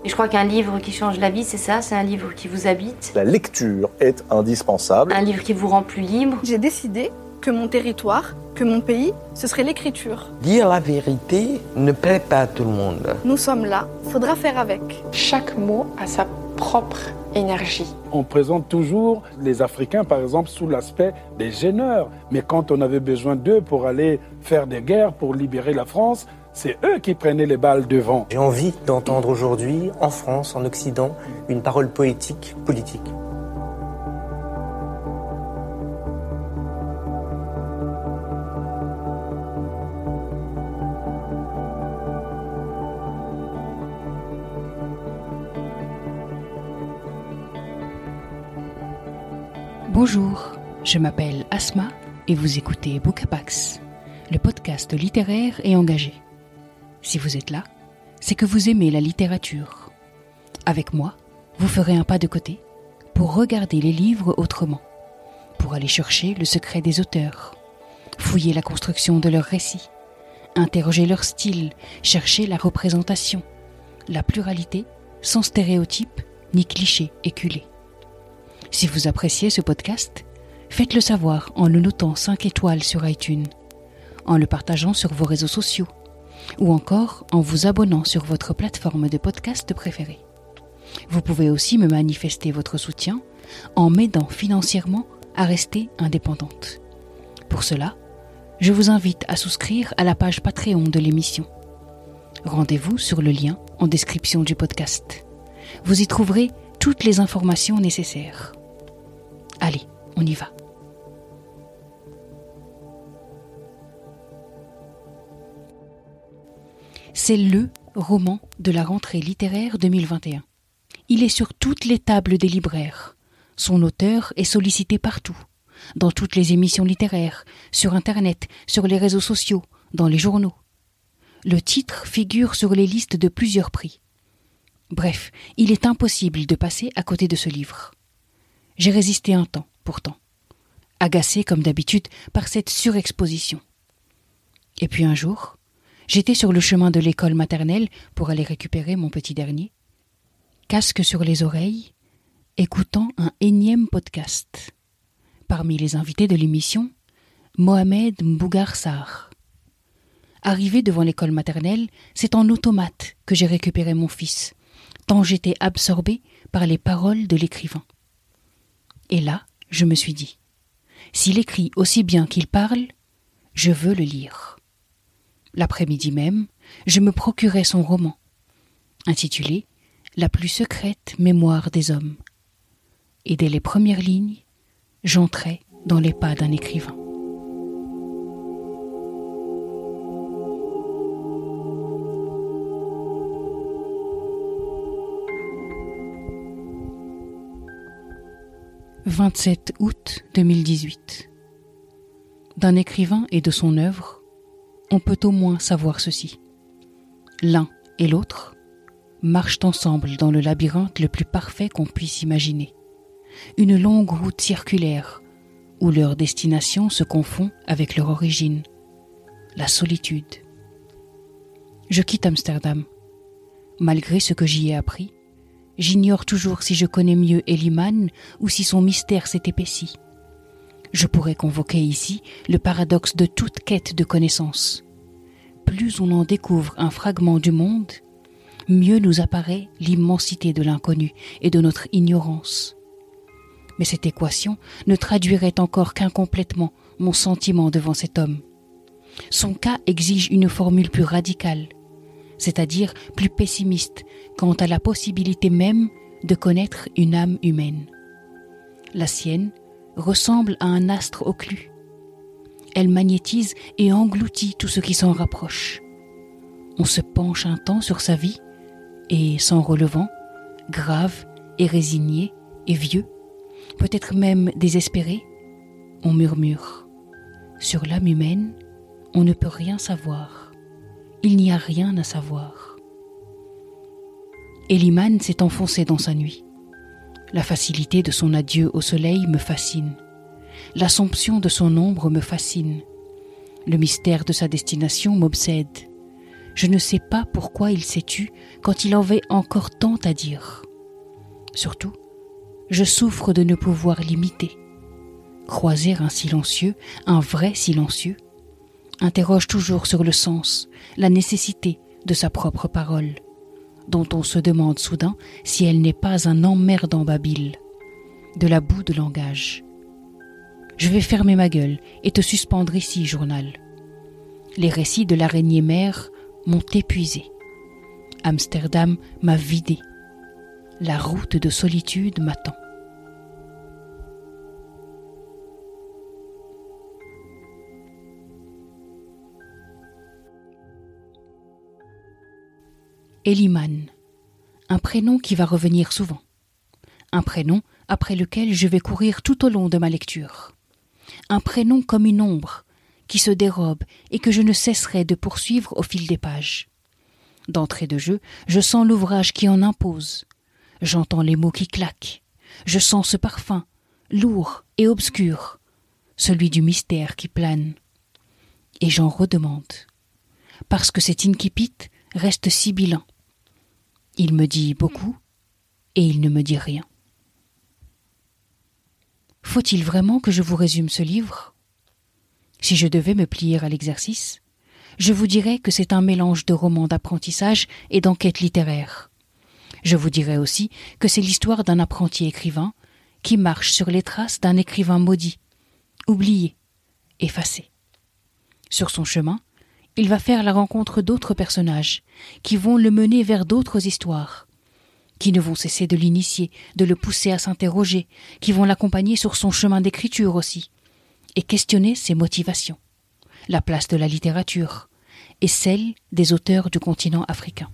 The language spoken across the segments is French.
Et je crois qu'un livre qui change la vie, c'est ça, c'est un livre qui vous habite. La lecture est indispensable. Un livre qui vous rend plus libre. J'ai décidé que mon territoire, que mon pays, ce serait l'écriture. Dire la vérité ne plaît pas à tout le monde. Nous sommes là, faudra faire avec. Chaque mot a sa propre énergie. On présente toujours les Africains, par exemple, sous l'aspect des gêneurs. Mais quand on avait besoin d'eux pour aller faire des guerres, pour libérer la France, c'est eux qui prenaient les balles devant. J'ai envie d'entendre aujourd'hui, en France, en Occident, une parole poétique, politique. Bonjour, je m'appelle Asma et vous écoutez Bookapax, le podcast littéraire et engagé. Si vous êtes là, c'est que vous aimez la littérature. Avec moi, vous ferez un pas de côté pour regarder les livres autrement, pour aller chercher le secret des auteurs, fouiller la construction de leurs récits, interroger leur style, chercher la représentation, la pluralité sans stéréotypes ni clichés éculés. Si vous appréciez ce podcast, faites-le savoir en le notant 5 étoiles sur iTunes, en le partageant sur vos réseaux sociaux, ou encore en vous abonnant sur votre plateforme de podcast préférée. Vous pouvez aussi me manifester votre soutien en m'aidant financièrement à rester indépendante. Pour cela, je vous invite à souscrire à la page Patreon de l'émission. Rendez-vous sur le lien en description du podcast. Vous y trouverez toutes les informations nécessaires. Allez, on y va. C'est le roman de la rentrée littéraire 2021. Il est sur toutes les tables des libraires. Son auteur est sollicité partout, dans toutes les émissions littéraires, sur Internet, sur les réseaux sociaux, dans les journaux. Le titre figure sur les listes de plusieurs prix. Bref, il est impossible de passer à côté de ce livre. J'ai résisté un temps, pourtant, agacée comme d'habitude par cette surexposition. Et puis un jour, j'étais sur le chemin de l'école maternelle pour aller récupérer mon petit dernier, casque sur les oreilles, écoutant un énième podcast. Parmi les invités de l'émission, Mohamed Mbougar Sarr. Arrivé devant l'école maternelle, c'est en automate que j'ai récupéré mon fils, tant j'étais absorbée par les paroles de l'écrivain. Et là, je me suis dit, s'il écrit aussi bien qu'il parle, je veux le lire. L'après-midi même, je me procurais son roman, intitulé « La plus secrète mémoire des hommes ». Et dès les premières lignes, j'entrais dans les pas d'un écrivain. « 27 août 2018. D'un écrivain et de son œuvre, on peut au moins savoir ceci. L'un et l'autre marchent ensemble dans le labyrinthe le plus parfait qu'on puisse imaginer. Une longue route circulaire où leur destination se confond avec leur origine, la solitude. Je quitte Amsterdam. Malgré ce que j'y ai appris, j'ignore toujours si je connais mieux Eliman ou si son mystère s'est épaissi. Je pourrais convoquer ici le paradoxe de toute quête de connaissance. Plus on en découvre un fragment du monde, mieux nous apparaît l'immensité de l'inconnu et de notre ignorance. Mais cette équation ne traduirait encore qu'incomplètement mon sentiment devant cet homme. Son cas exige une formule plus radicale, c'est-à-dire plus pessimiste quant à la possibilité même de connaître une âme humaine. La sienne ressemble à un astre occlus. Elle magnétise et engloutit tout ce qui s'en rapproche. On se penche un temps sur sa vie et, s'en relevant, grave et résigné et vieux, peut-être même désespéré, on murmure. Sur l'âme humaine, on ne peut rien savoir. Il n'y a rien à savoir. Eliman s'est enfoncé dans sa nuit. La facilité de son adieu au soleil me fascine. L'assomption de son ombre me fascine. Le mystère de sa destination m'obsède. Je ne sais pas pourquoi il s'est tu quand il avait encore tant à dire. Surtout, je souffre de ne pouvoir l'imiter. Croiser un silencieux, un vrai silencieux, interroge toujours sur le sens, la nécessité de sa propre parole, dont on se demande soudain si elle n'est pas un emmerdant babil, de la boue de langage. Je vais fermer ma gueule et te suspendre ici, journal. Les récits de l'araignée mère m'ont épuisé. Amsterdam m'a vidé. La route de solitude m'attend. Eliman, un prénom qui va revenir souvent. Un prénom après lequel je vais courir tout au long de ma lecture. Un prénom comme une ombre qui se dérobe et que je ne cesserai de poursuivre au fil des pages. D'entrée de jeu, je sens l'ouvrage qui en impose. J'entends les mots qui claquent. Je sens ce parfum, lourd et obscur, celui du mystère qui plane. Et j'en redemande, parce que cet incipit reste sibyllin. Il me dit beaucoup et il ne me dit rien. Faut-il vraiment que je vous résume ce livre ? Si je devais me plier à l'exercice, je vous dirais que c'est un mélange de romans d'apprentissage et d'enquête littéraire. Je vous dirais aussi que c'est l'histoire d'un apprenti écrivain qui marche sur les traces d'un écrivain maudit, oublié, effacé. Sur son chemin, il va faire la rencontre d'autres personnages qui vont le mener vers d'autres histoires, qui ne vont cesser de l'initier, de le pousser à s'interroger, qui vont l'accompagner sur son chemin d'écriture aussi, et questionner ses motivations, la place de la littérature et celle des auteurs du continent africain.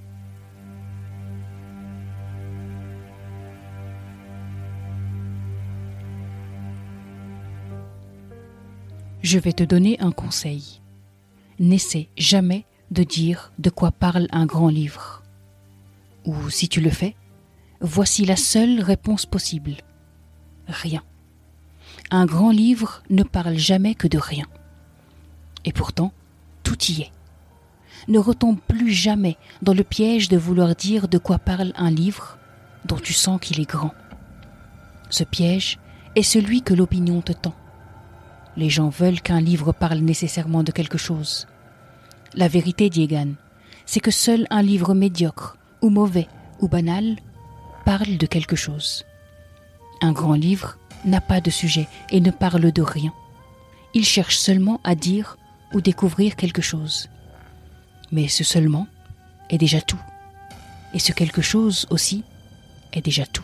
Je vais te donner un conseil. N'essaie jamais de dire de quoi parle un grand livre. Ou si tu le fais, voici la seule réponse possible. Rien. Un grand livre ne parle jamais que de rien. Et pourtant, tout y est. Ne retombe plus jamais dans le piège de vouloir dire de quoi parle un livre dont tu sens qu'il est grand. Ce piège est celui que l'opinion te tend. Les gens veulent qu'un livre parle nécessairement de quelque chose. La vérité, dit Egan, c'est que seul un livre médiocre, ou mauvais, ou banal, parle de quelque chose. Un grand livre n'a pas de sujet et ne parle de rien. Il cherche seulement à dire ou découvrir quelque chose. Mais ce seulement est déjà tout. Et ce quelque chose aussi est déjà tout.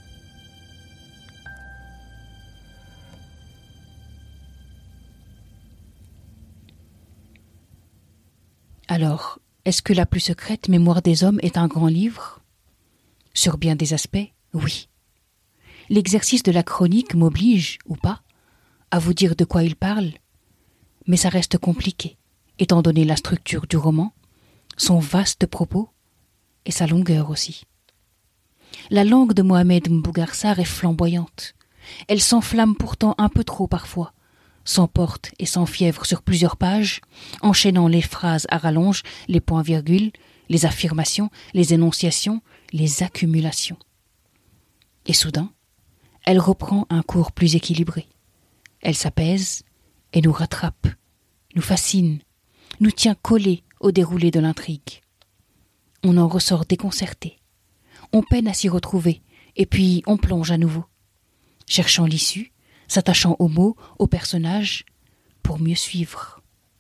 Alors, est-ce que La plus secrète mémoire des hommes est un grand livre ? Sur bien des aspects, oui. L'exercice de la chronique m'oblige, ou pas, à vous dire de quoi il parle, mais ça reste compliqué, étant donné la structure du roman, son vaste propos et sa longueur aussi. La langue de Mohamed Mbougarsar est flamboyante. Elle s'enflamme pourtant un peu trop parfois, s'emporte et s'enfièvre sur plusieurs pages, enchaînant les phrases à rallonge, les points-virgules, les affirmations, les énonciations, les accumulations. Et soudain, elle reprend un cours plus équilibré. Elle s'apaise et nous rattrape, nous fascine, nous tient collés au déroulé de l'intrigue. On en ressort déconcerté. On peine à s'y retrouver, et puis on plonge à nouveau, cherchant l'issue, s'attachant aux mots, aux personnages, pour mieux suivre.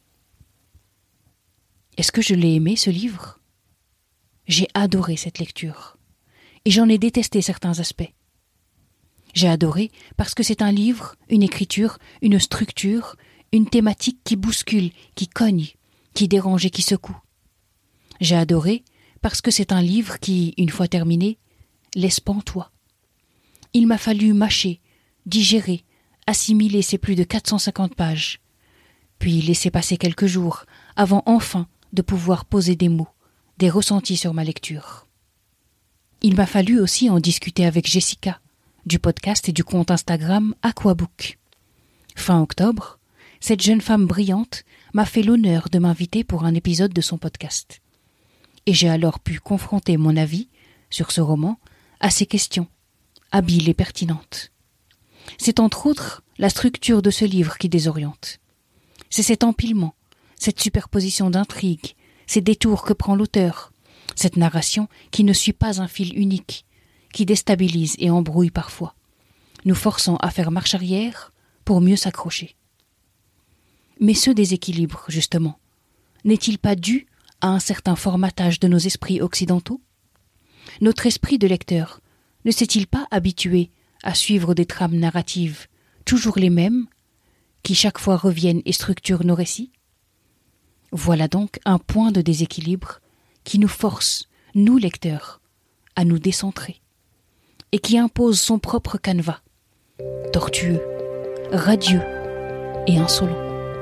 Est-ce que je l'ai aimé, ce livre ? J'ai adoré cette lecture, et j'en ai détesté certains aspects. J'ai adoré parce que c'est un livre, une écriture, une structure, une thématique qui bouscule, qui cogne, qui dérange et qui secoue. J'ai adoré parce que c'est un livre qui, une fois terminé, laisse pantois. Il m'a fallu mâcher, digérer, assimiler ces plus de 450 pages, puis laisser passer quelques jours avant enfin de pouvoir poser des mots, des ressentis sur ma lecture. Il m'a fallu aussi en discuter avec Jessica, du podcast et du compte Instagram Aquabook. Fin octobre, cette jeune femme brillante m'a fait l'honneur de m'inviter pour un épisode de son podcast. Et j'ai alors pu confronter mon avis sur ce roman à ses questions, habiles et pertinentes. C'est entre autres la structure de ce livre qui désoriente. C'est cet empilement, cette superposition d'intrigues, ces détours que prend l'auteur, cette narration qui ne suit pas un fil unique, qui déstabilise et embrouille parfois, nous forçant à faire marche arrière pour mieux s'accrocher. Mais ce déséquilibre, justement, n'est-il pas dû à un certain formatage de nos esprits occidentaux ? Notre esprit de lecteur ne s'est-il pas habitué à suivre des trames narratives, toujours les mêmes, qui chaque fois reviennent et structurent nos récits ? Voilà donc un point de déséquilibre qui nous force, nous lecteurs, à nous décentrer, et qui impose son propre canevas, tortueux, radieux et insolent.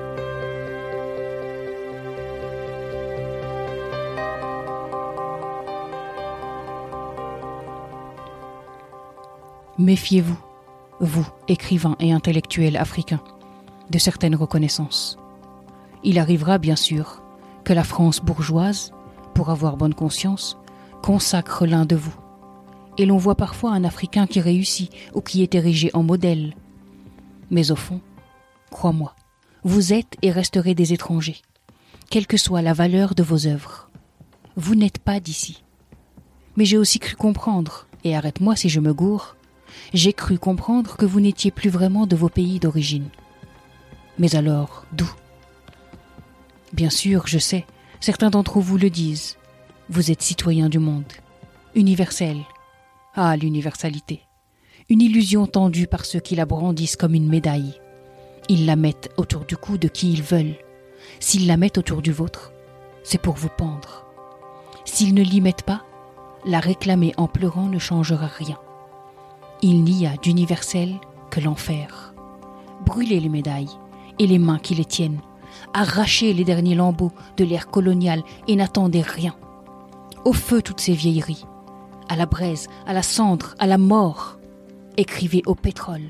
Méfiez-vous, vous, écrivains et intellectuels africains, de certaines reconnaissances. Il arrivera, bien sûr, que la France bourgeoise, pour avoir bonne conscience, consacre l'un de vous. Et l'on voit parfois un Africain qui réussit ou qui est érigé en modèle. Mais au fond, crois-moi, vous êtes et resterez des étrangers, quelle que soit la valeur de vos œuvres. Vous n'êtes pas d'ici. Mais j'ai aussi cru comprendre, et arrête-moi si je me gourre, j'ai cru comprendre que vous n'étiez plus vraiment de vos pays d'origine. Mais alors, d'où ? Bien sûr, je sais, certains d'entre vous le disent. Vous êtes citoyens du monde, universel. Ah, l'universalité. Une illusion tendue par ceux qui la brandissent comme une médaille. Ils la mettent autour du cou de qui ils veulent. S'ils la mettent autour du vôtre, c'est pour vous pendre. S'ils ne l'y mettent pas, la réclamer en pleurant ne changera rien. Il n'y a d'universel que l'enfer. Brûlez les médailles et les mains qui les tiennent. Arrachez les derniers lambeaux de l'ère coloniale et n'attendez rien. Au feu toutes ces vieilleries. À la braise, à la cendre, à la mort. Écrivez au pétrole.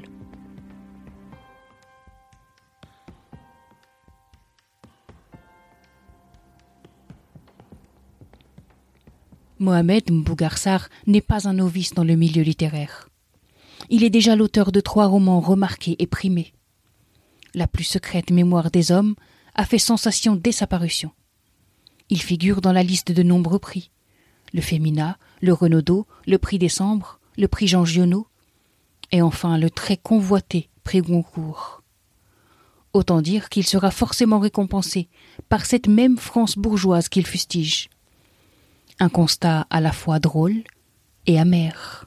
Mohamed Mbougar Sarr n'est pas un novice dans le milieu littéraire. Il est déjà l'auteur de 3 romans remarqués et primés. La plus secrète mémoire des hommes a fait sensation dès sa parution. Il figure dans la liste de nombreux prix. Le Femina, le Renaudot, le prix Décembre, le prix Jean Giono, et enfin le très convoité prix Goncourt. Autant dire qu'il sera forcément récompensé par cette même France bourgeoise qu'il fustige. Un constat à la fois drôle et amer.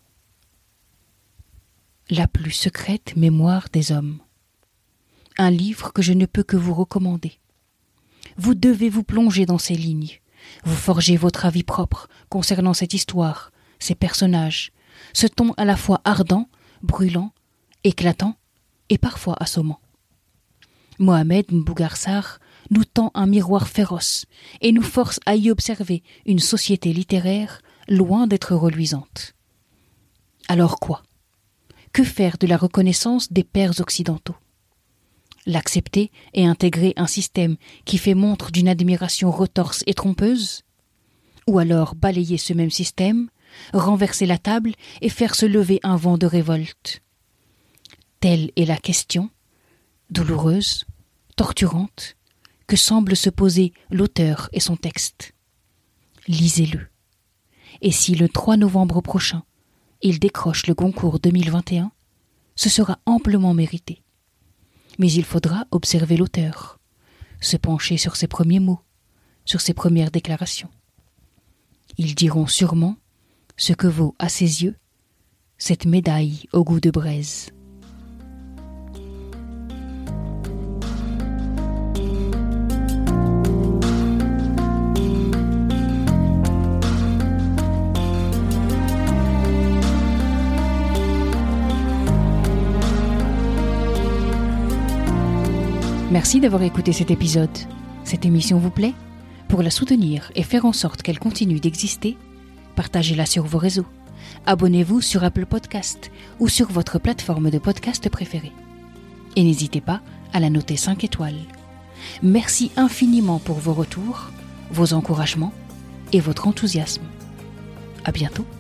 La plus secrète mémoire des hommes. Un livre que je ne peux que vous recommander. Vous devez vous plonger dans ces lignes. Vous forgez votre avis propre concernant cette histoire, ces personnages, ce ton à la fois ardent, brûlant, éclatant et parfois assommant. Mohamed Mbougar Sarr nous tend un miroir féroce et nous force à y observer une société littéraire loin d'être reluisante. Alors quoi ? Que faire de la reconnaissance des pères occidentaux ? L'accepter et intégrer un système qui fait montre d'une admiration retorse et trompeuse ? Ou alors balayer ce même système, renverser la table et faire se lever un vent de révolte ? Telle est la question, douloureuse, torturante, que semble se poser l'auteur et son texte. Lisez-le. Et si le 3 novembre prochain, il décroche le Goncourt 2021, ce sera amplement mérité. Mais il faudra observer l'auteur, se pencher sur ses premiers mots, sur ses premières déclarations. Ils diront sûrement ce que vaut à ses yeux cette médaille au goût de braise. Merci d'avoir écouté cet épisode. Cette émission vous plaît ? Pour la soutenir et faire en sorte qu'elle continue d'exister, partagez-la sur vos réseaux. Abonnez-vous sur Apple Podcast ou sur votre plateforme de podcast préférée. Et n'hésitez pas à la noter 5 étoiles. Merci infiniment pour vos retours, vos encouragements et votre enthousiasme. À bientôt.